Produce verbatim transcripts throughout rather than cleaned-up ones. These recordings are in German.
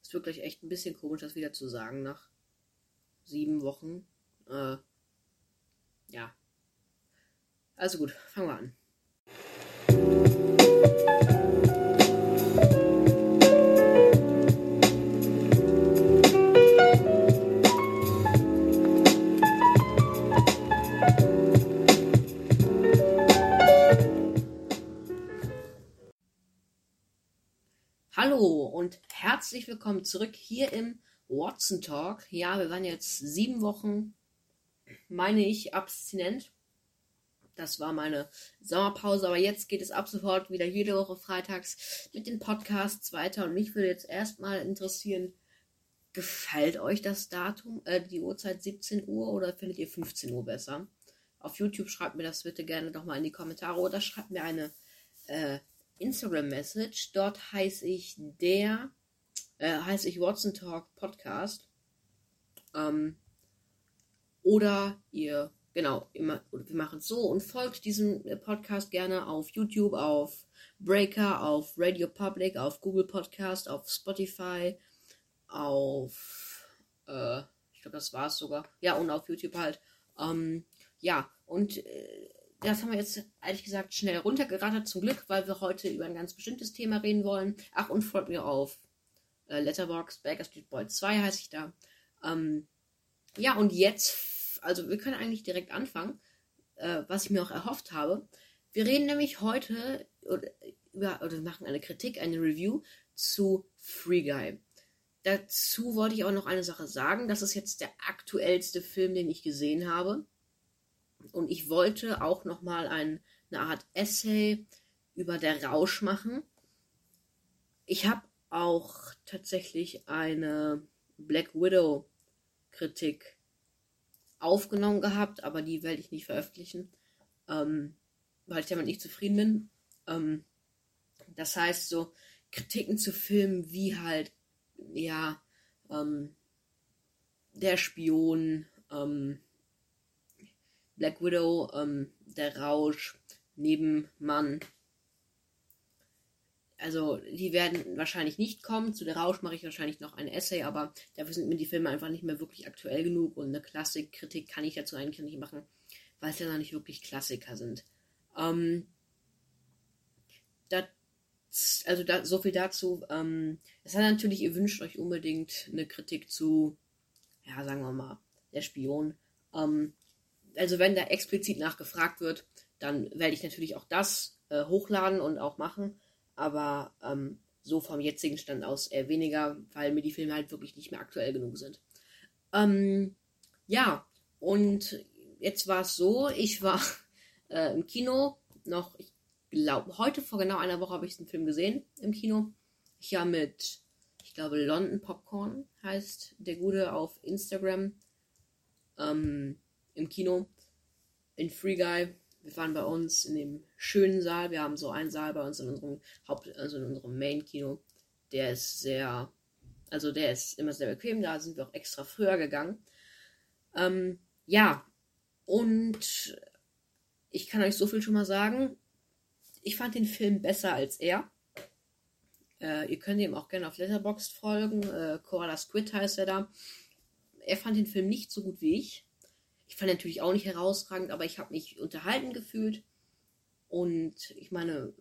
Es wird gleich echt ein bisschen komisch, das wieder zu sagen nach sieben Wochen. Äh, ja. Also gut, fangen wir an. Hallo und herzlich willkommen zurück hier im Watson Talk. Ja, wir waren jetzt sieben Wochen, meine ich, abstinent. Das war meine Sommerpause, aber jetzt geht es ab sofort wieder jede Woche freitags mit den Podcasts weiter. Und mich würde jetzt erstmal interessieren, gefällt euch das Datum, äh, die Uhrzeit siebzehn Uhr oder findet ihr fünfzehn Uhr besser? Auf YouTube schreibt mir das bitte gerne doch mal in die Kommentare oder schreibt mir eine äh, Instagram-Message. Dort heiße ich der, äh, heiße ich Watson Talk Podcast. Ähm, oder ihr, genau, immer, wir machen es so und folgt diesem Podcast gerne auf YouTube, auf Breaker, auf Radio Public, auf Google Podcast, auf Spotify, auf, äh, ich glaube, das war es sogar. Ja, und auf YouTube halt. Ähm, ja, und äh, das haben wir jetzt, ehrlich gesagt, schnell runtergerattert, zum Glück, weil wir heute über ein ganz bestimmtes Thema reden wollen. Ach, und folgt mir auf äh, Letterboxd, Backstreet Boy zwei heiße ich da. Ähm, ja, und jetzt, also wir können eigentlich direkt anfangen, äh, was ich mir auch erhofft habe. Wir reden nämlich heute oder, über, oder machen eine Kritik, eine Review zu Free Guy. Dazu wollte ich auch noch eine Sache sagen. Das ist jetzt der aktuellste Film, den ich gesehen habe. Und ich wollte auch nochmal ein, eine Art Essay über Der Rausch machen. Ich habe auch tatsächlich eine Black Widow Kritik aufgenommen gehabt, aber die werde ich nicht veröffentlichen, ähm, weil ich damit nicht zufrieden bin. Ähm, das heißt, so Kritiken zu Filmen wie halt, ja, ähm, Der Spion, ähm, Black Widow, ähm, Der Rausch, Nebenmann. Also, die werden wahrscheinlich nicht kommen. Zu Der Rausch mache ich wahrscheinlich noch ein Essay, aber dafür sind mir die Filme einfach nicht mehr wirklich aktuell genug und eine Klassikkritik kann ich dazu eigentlich nicht machen, weil es ja noch nicht wirklich Klassiker sind. Ähm, das, also da, so viel dazu. Ähm, es hat natürlich, ihr wünscht euch unbedingt eine Kritik zu, ja, sagen wir mal, Der Spion. Ähm, also wenn da explizit nachgefragt wird, dann werde ich natürlich auch das äh, hochladen und auch machen. Aber ähm, so vom jetzigen Stand aus eher weniger, weil mir die Filme halt wirklich nicht mehr aktuell genug sind. Ähm, ja, und jetzt war es so, ich war äh, im Kino noch, ich glaube, heute vor genau einer Woche habe ich den Film gesehen im Kino. Ich war mit, ich glaube, London Popcorn heißt der Gute auf Instagram ähm, im Kino in Free Guy. Wir waren bei uns in dem schönen Saal. Wir haben so einen Saal bei uns in unserem Haupt, also in unserem Main-Kino. Der ist sehr, also der ist immer sehr bequem. Da sind wir auch extra früher gegangen. Ähm, ja, und ich kann euch so viel schon mal sagen. Ich fand den Film besser als er. Äh, ihr könnt ihm auch gerne auf Letterboxd folgen. Äh, Koala Squid heißt er da. Er fand den Film nicht so gut wie ich. Ich fand ihn natürlich auch nicht herausragend, aber ich habe mich unterhalten gefühlt. Und ich meine,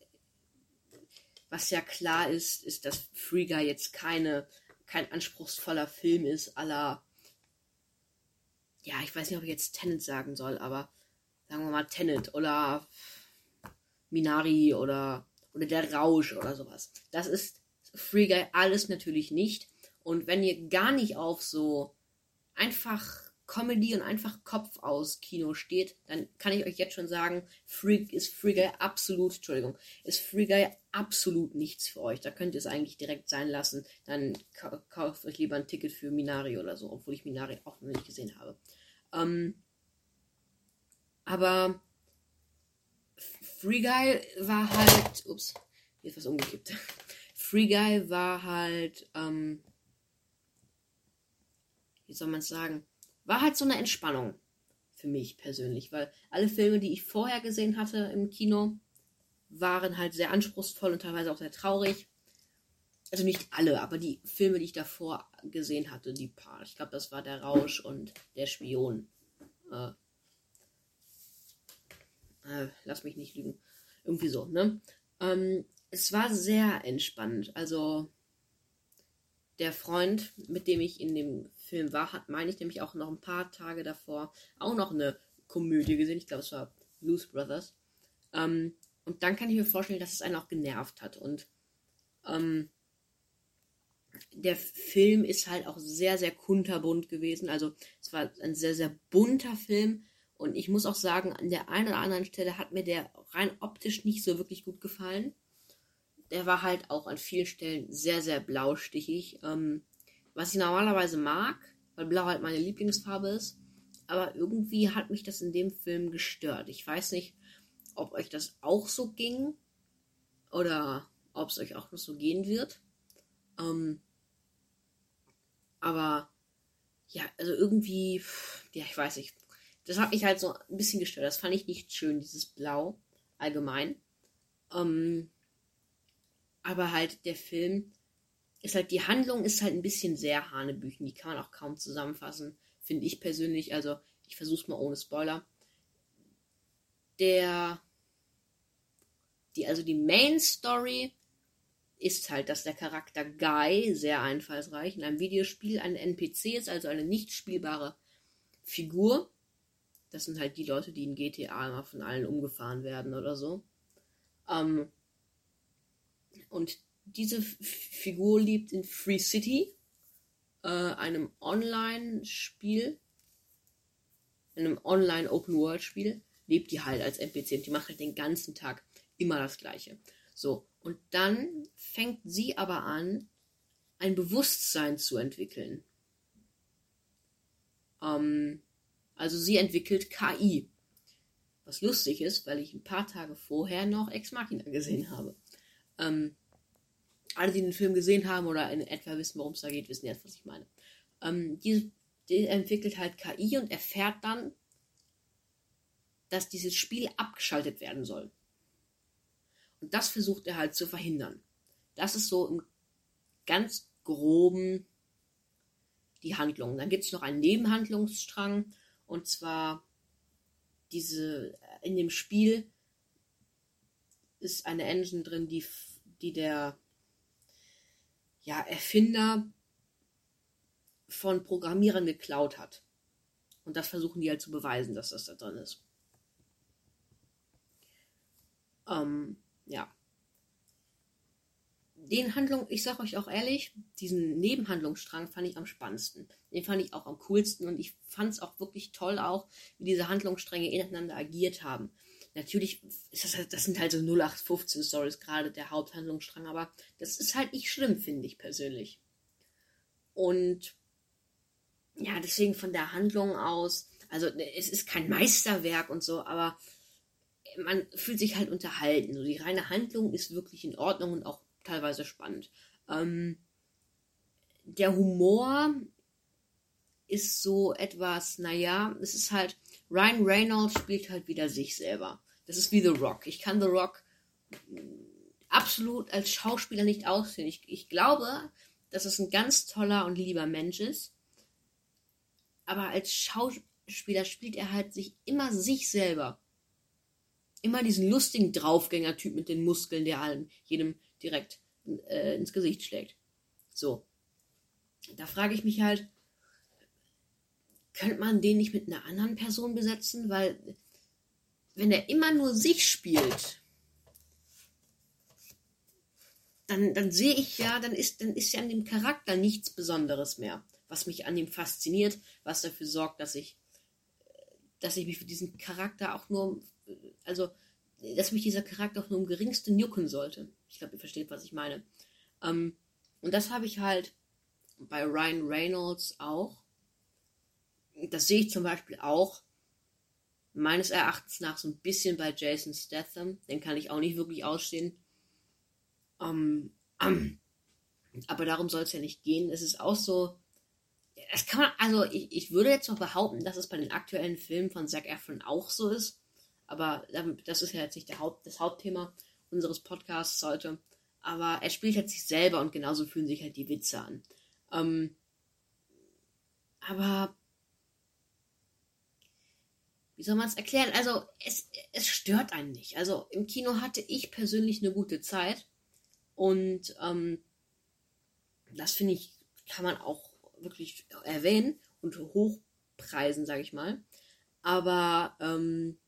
was ja klar ist, ist, dass Free Guy jetzt keine, kein anspruchsvoller Film ist, à la, ja, ich weiß nicht, ob ich jetzt Tenet sagen soll, aber sagen wir mal Tenet oder Minari oder, oder Der Rausch oder sowas. Das ist Free Guy alles natürlich nicht. Und wenn ihr gar nicht auf so einfach Comedy und einfach Kopf aus Kino steht, dann kann ich euch jetzt schon sagen, Free, ist Free Guy absolut, Entschuldigung, ist Free Guy absolut nichts für euch. Da könnt ihr es eigentlich direkt sein lassen. Dann ka- kauft euch lieber ein Ticket für Minari oder so, obwohl ich Minari auch noch nicht gesehen habe. Ähm, aber Free Guy war halt, ups, hier ist was umgekippt. Free Guy war halt, ähm, wie soll man es sagen, war halt so eine Entspannung für mich persönlich, weil alle Filme, die ich vorher gesehen hatte im Kino, waren halt sehr anspruchsvoll und teilweise auch sehr traurig. also nicht alle, aber die Filme, die ich davor gesehen hatte, die paar. Ich glaube, das war Der Rausch und Der Spion. Äh, äh, lass mich nicht lügen. Irgendwie so, ne? Ähm, es war sehr entspannt. Also der Freund, mit dem ich in dem Film war, hat, meine ich, nämlich auch noch ein paar Tage davor auch noch eine Komödie gesehen. Ich glaube, es war Blues Brothers. Ähm, und dann kann ich mir vorstellen, dass es einen auch genervt hat. Und ähm, der Film ist halt auch sehr, sehr kunterbunt gewesen. Also es war ein sehr, sehr bunter Film. Und ich muss auch sagen, an der einen oder anderen Stelle hat mir der rein optisch nicht so wirklich gut gefallen. Der war halt auch an vielen Stellen sehr, sehr blaustichig. Ähm, was ich normalerweise mag, weil Blau halt meine Lieblingsfarbe ist. Aber irgendwie hat mich das in dem Film gestört. Ich weiß nicht, ob euch das auch so ging oder ob es euch auch noch so gehen wird. Ähm, aber ja, also irgendwie, ja, ich weiß nicht. Das hat mich halt so ein bisschen gestört. Das fand ich nicht schön, dieses Blau allgemein. Ähm, aber halt der Film ist halt, die Handlung ist halt ein bisschen sehr hanebüchen. Die kann man auch kaum zusammenfassen, finde ich persönlich. Also ich versuch's mal ohne Spoiler. Der, die, also die Main Story ist halt, dass der Charakter Guy, sehr einfallsreich, in einem Videospiel ein N P C ist, also eine nicht spielbare Figur. Das sind halt die Leute, die in G T A immer von allen umgefahren werden oder so. Ähm, und diese F- Figur lebt in Free City, äh, einem Online-Spiel, einem Online-Open-World-Spiel, lebt die halt als N P C und die macht halt den ganzen Tag immer das Gleiche. So, und dann fängt sie aber an, ein Bewusstsein zu entwickeln. Ähm, also sie entwickelt K I. Was lustig ist, weil ich ein paar Tage vorher noch Ex Machina gesehen habe. Ähm, alle, die den Film gesehen haben oder in etwa wissen, worum es da geht, wissen jetzt, was ich meine. Ähm, die, die entwickelt halt K I und erfährt dann, dass dieses Spiel abgeschaltet werden soll. Und das versucht er halt zu verhindern. Das ist so im ganz groben die Handlung. Dann gibt es noch einen Nebenhandlungsstrang, und zwar diese, in dem Spiel ist eine Engine drin, die, die der ja, Erfinder von Programmierern geklaut hat. Und das versuchen die halt zu beweisen, dass das da drin ist. Ähm, ja. Den Handlung, ich sag euch auch ehrlich, diesen Nebenhandlungsstrang fand ich am spannendsten. Den fand ich auch am coolsten und ich fand es auch wirklich toll auch, wie diese Handlungsstränge ineinander agiert haben. Natürlich ist das halt, das sind halt so null acht fünfzehn Stories, gerade der Haupthandlungsstrang, aber das ist halt nicht schlimm, finde ich persönlich. Und ja, deswegen von der Handlung aus, also es ist kein Meisterwerk und so, aber man fühlt sich halt unterhalten. So, die reine Handlung ist wirklich in Ordnung und auch teilweise spannend. Ähm, der Humor ist so etwas, naja, es ist halt, Ryan Reynolds spielt halt wieder sich selber. Das ist wie The Rock. Ich kann The Rock absolut als Schauspieler nicht aussehen. Ich, ich glaube, dass es ein ganz toller und lieber Mensch ist. Aber als Schauspieler spielt er halt sich immer sich selber. Immer diesen lustigen Draufgänger-Typ mit den Muskeln, der allem, jedem direkt äh, ins Gesicht schlägt. So. Da frage ich mich halt, könnte man den nicht mit einer anderen Person besetzen? Weil, wenn er immer nur sich spielt, dann, dann sehe ich ja, dann ist, dann ist ja an dem Charakter nichts Besonderes mehr, was mich an ihm fasziniert, was dafür sorgt, dass ich, dass ich mich für diesen Charakter auch nur, also, dass mich dieser Charakter auch nur im geringsten jucken sollte. Ich glaube, ihr versteht, was ich meine. Ähm, und das habe ich halt bei Ryan Reynolds auch. Das sehe ich zum Beispiel auch meines Erachtens nach so ein bisschen bei Jason Statham. Den kann ich auch nicht wirklich ausstehen. Ähm, ähm, aber darum soll es ja nicht gehen. Es ist auch so, das kann man, also ich, ich würde jetzt noch behaupten, dass es bei den aktuellen Filmen von Zac Efron auch so ist. Aber das ist ja jetzt nicht der Haupt, das Hauptthema unseres Podcasts heute. aber er spielt halt sich selber und genauso fühlen sich halt die Witze an. Ähm, aber wie soll man es erklären? Also es, es stört einen nicht. Also im Kino hatte ich persönlich eine gute Zeit und ähm, das finde ich, kann man auch wirklich erwähnen und hochpreisen, sage ich mal. Aber ähm,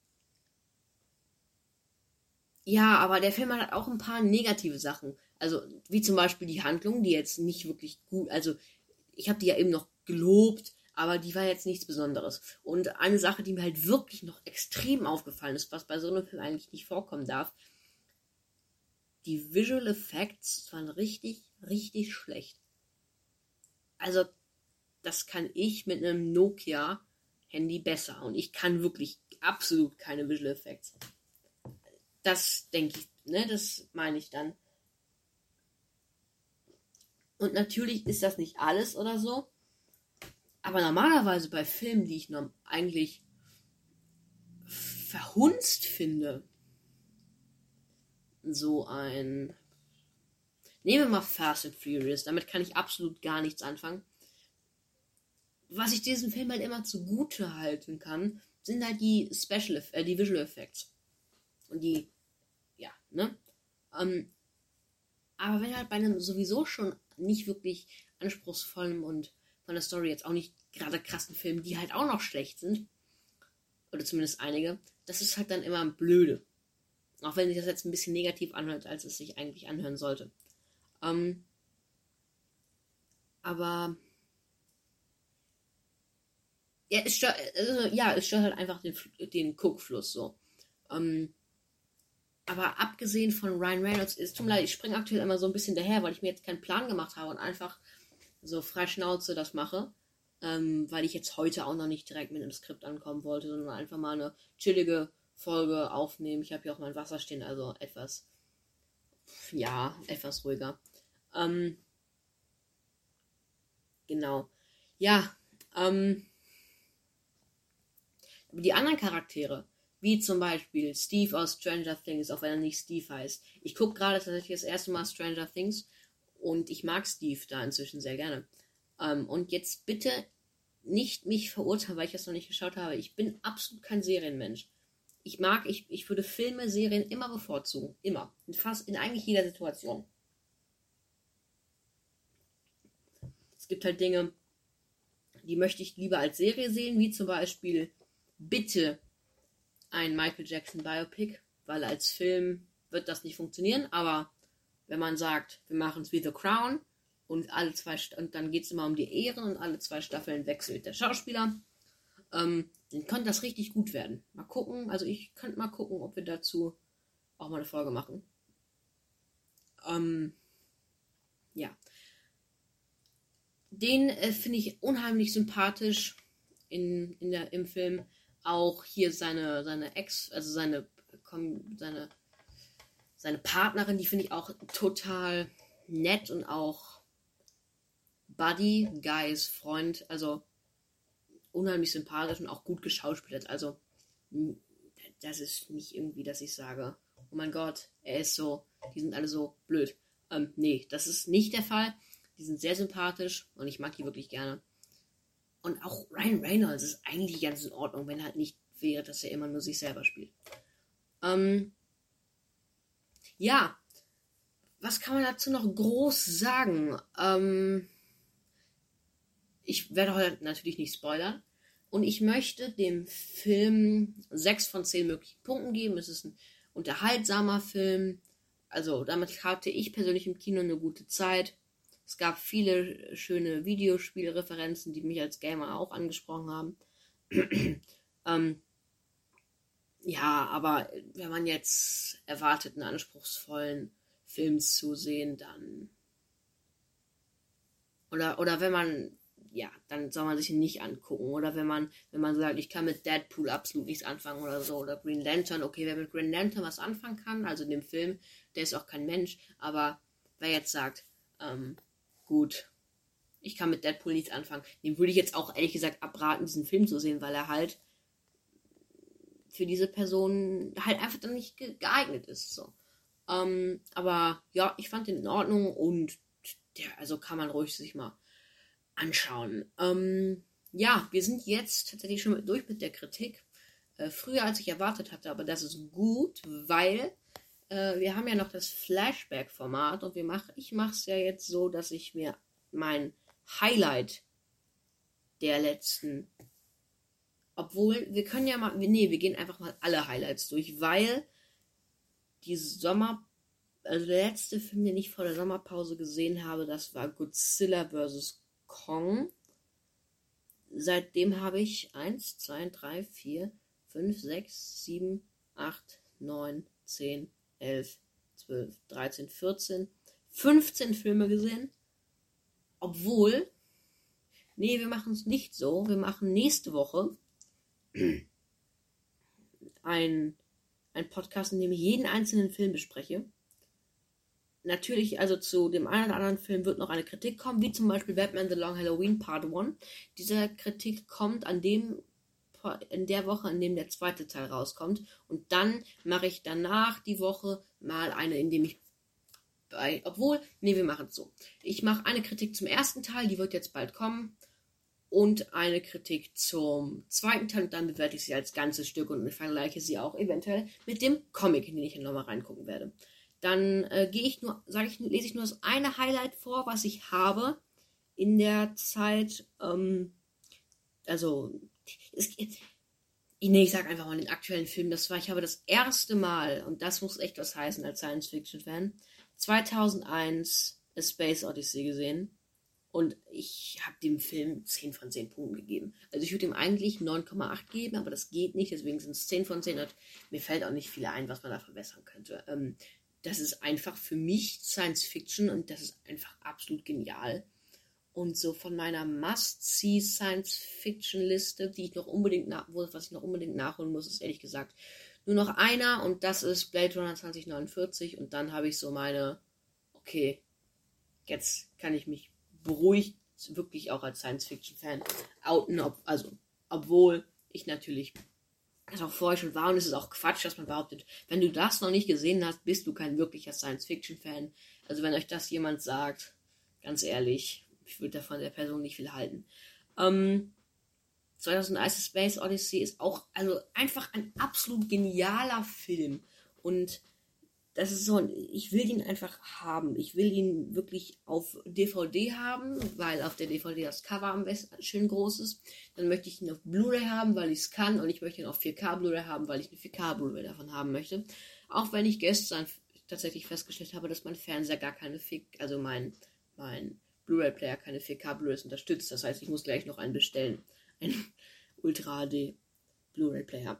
ja, aber der Film hat auch ein paar negative Sachen. Also wie zum Beispiel die Handlung, die jetzt nicht wirklich gut, also ich habe die ja eben noch gelobt, aber die war jetzt nichts Besonderes. Und eine Sache, die mir halt wirklich noch extrem aufgefallen ist, was bei so einem Film eigentlich nicht vorkommen darf, die Visual Effects waren richtig, richtig schlecht. Also das kann ich mit einem Nokia-Handy besser. Und ich kann wirklich absolut keine Visual Effects. Das denke ich, ne, das meine ich dann. Und natürlich ist das nicht alles oder so. Aber normalerweise bei Filmen, die ich noch eigentlich verhunzt finde, so ein... Nehmen wir mal Fast and Furious, damit kann ich absolut gar nichts anfangen. Was ich diesem Film halt immer zugute halten kann, sind halt die Special, äh, die Visual Effects. Und die, ja, ne? Ähm, aber wenn halt bei einem sowieso schon nicht wirklich anspruchsvollen und von der Story jetzt auch nicht gerade krassen Filmen, die halt auch noch schlecht sind, oder zumindest einige, das ist halt dann immer blöde. Auch wenn sich das jetzt ein bisschen negativ anhört, als es sich eigentlich anhören sollte. Ähm, aber ja, es stört, also, ja, es stört halt einfach den, den Guckfluss so. Ähm, aber abgesehen von Ryan Reynolds, es tut mir leid, ich springe aktuell immer so ein bisschen daher, weil ich mir jetzt keinen Plan gemacht habe und einfach so frei Schnauze das mache. Ähm, weil ich jetzt heute auch noch nicht direkt mit einem Skript ankommen wollte, sondern einfach mal eine chillige Folge aufnehmen. Ich habe hier auch mein Wasser stehen, also etwas, ja, etwas ruhiger. Ähm, genau. Ja, ähm, die anderen Charaktere, wie zum Beispiel Steve aus Stranger Things, auch wenn er nicht Steve heißt. Ich gucke gerade tatsächlich das erste Mal Stranger Things und ich mag Steve da inzwischen sehr gerne. Ähm, und jetzt bitte nicht mich verurteilen, weil ich das noch nicht geschaut habe. Ich bin absolut kein Serienmensch. Ich mag, ich, ich würde Filme, Serien immer bevorzugen. Immer. In fast, in eigentlich jeder Situation. Es gibt halt Dinge, die möchte ich lieber als Serie sehen, wie zum Beispiel bitte ein Michael Jackson Biopic, weil als Film wird das nicht funktionieren, aber wenn man sagt, wir machen es wie The Crown und alle zwei St- und dann geht es immer um die Ehren und alle zwei Staffeln wechselt der Schauspieler, ähm, dann könnte das richtig gut werden. Mal gucken, also ich könnte mal gucken, ob wir dazu auch mal eine Folge machen. Ähm, ja. Den äh, finde ich unheimlich sympathisch in, in der, im Film. Auch hier seine, seine Ex, also seine, seine, seine Partnerin, die finde ich auch total nett und auch Buddy, Guys Freund, also unheimlich sympathisch und auch gut geschauspielert. Also das ist nicht irgendwie, dass ich sage, oh mein Gott, er ist so, die sind alle so blöd. Ähm, nee, das ist nicht der Fall. Die sind sehr sympathisch und ich mag die wirklich gerne. Und auch Ryan Reynolds ist eigentlich ganz in Ordnung, wenn er halt nicht wäre, dass er immer nur sich selber spielt. Ähm, ja, was kann man dazu noch groß sagen? Ähm, ich werde heute natürlich nicht spoilern. Und ich möchte dem Film sechs von zehn möglichen Punkten geben. Es ist ein unterhaltsamer Film. Also damit hatte ich persönlich im Kino eine gute Zeit. Es gab viele schöne Videospielreferenzen, die mich als Gamer auch angesprochen haben. ähm, ja, aber wenn man jetzt erwartet, einen anspruchsvollen Film zu sehen, dann... Oder, oder wenn man... Ja, dann soll man sich ihn nicht angucken. Oder wenn man, wenn man sagt, ich kann mit Deadpool absolut nichts anfangen oder so. Oder Green Lantern. Okay, wer mit Green Lantern was anfangen kann, also in dem Film, der ist auch kein Mensch. Aber wer jetzt sagt, ähm, gut, ich kann mit Deadpool nichts anfangen, dem würde ich jetzt auch ehrlich gesagt abraten, diesen Film zu sehen, weil er halt für diese Person halt einfach dann nicht ge- geeignet ist. So. Ähm, aber ja, ich fand den in Ordnung und der, also kann man ruhig sich mal anschauen. Ähm, ja, wir sind jetzt tatsächlich schon durch mit der Kritik. Äh, früher als ich erwartet hatte, aber das ist gut, weil äh, wir haben ja noch das Flashback-Format und wir mach, ich mache es ja jetzt so, dass ich mir mein Highlight der letzten, obwohl, wir können ja mal, nee, wir gehen einfach mal alle Highlights durch, weil die Sommer, also der letzte Film, den ich vor der Sommerpause gesehen habe, das war Godzilla versus. Kong. Seitdem habe ich eins, zwei, drei, vier, fünf, sechs, sieben, acht, neun, zehn, elf, zwölf, dreizehn, vierzehn, fünfzehn Filme gesehen. Obwohl, nee, wir machen es nicht so. Wir machen nächste Woche ein, ein Podcast, in dem ich jeden einzelnen Film bespreche. Natürlich, also zu dem einen oder anderen Film wird noch eine Kritik kommen, wie zum Beispiel Batman The Long Halloween Part eins. Diese Kritik kommt an dem, in der Woche, in dem der zweite Teil rauskommt. Und dann mache ich danach die Woche mal eine, in dem ich bei, obwohl, nee, wir machen es so. Ich mache eine Kritik zum ersten Teil, die wird jetzt bald kommen. Und eine Kritik zum zweiten Teil. Und dann bewerte ich sie als ganzes Stück und vergleiche sie auch eventuell mit dem Comic, in den ich nochmal reingucken werde. Dann äh, gehe ich nur, sage ich, lese ich nur das eine Highlight vor, was ich habe in der Zeit. Ähm, also, es, nee, ich sage einfach mal den aktuellen Film. Das war, ich habe das erste Mal, und das muss echt was heißen als Science-Fiction-Fan, zweitausendeins A Space Odyssey gesehen. Und ich habe dem Film zehn von zehn Punkten gegeben. Also ich würde ihm eigentlich neun Komma acht geben, aber das geht nicht. Deswegen sind es zehn von zehn. Und mir fällt auch nicht viel ein, was man da verbessern könnte. Ähm, Das ist einfach für mich Science Fiction und das ist einfach absolut genial. Und so von meiner Must-See Science Fiction Liste, die ich noch unbedingt nach, was ich noch unbedingt nachholen muss, ist ehrlich gesagt nur noch einer und das ist Blade Runner zwanzig neunundvierzig und dann habe ich so meine, okay, jetzt kann ich mich beruhigt wirklich auch als Science Fiction Fan outen, ob, also obwohl ich natürlich das auch vorher schon war und es ist auch Quatsch, dass man behauptet, wenn du das noch nicht gesehen hast, bist du kein wirklicher Science-Fiction-Fan. Also wenn euch das jemand sagt, ganz ehrlich, ich würde davon der Person nicht viel halten. Ähm, zweitausendeins A Space Odyssey ist auch also einfach ein absolut genialer Film und das ist so, ich will ihn einfach haben. Ich will ihn wirklich auf D V D haben, weil auf der D V D das Cover am besten schön groß ist. Dann möchte ich ihn auf Blu-ray haben, weil ich es kann. Und ich möchte ihn auf vier K Blu-ray haben, weil ich eine vier K Blu-ray davon haben möchte. Auch wenn ich gestern tatsächlich festgestellt habe, dass mein Fernseher gar keine vier K, also mein, mein Blu-ray-Player keine vier K Blu-rays unterstützt. Das heißt, ich muss gleich noch einen bestellen. Ein Ultra H D Blu-ray-Player.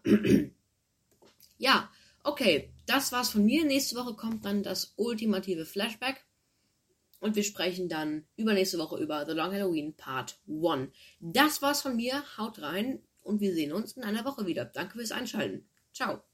Ja, okay, das war's von mir. Nächste Woche kommt dann das ultimative Flashback. Und wir sprechen dann übernächste Woche über The Long Halloween Part eins. Das war's von mir. Haut rein und wir sehen uns in einer Woche wieder. Danke fürs Einschalten. Ciao.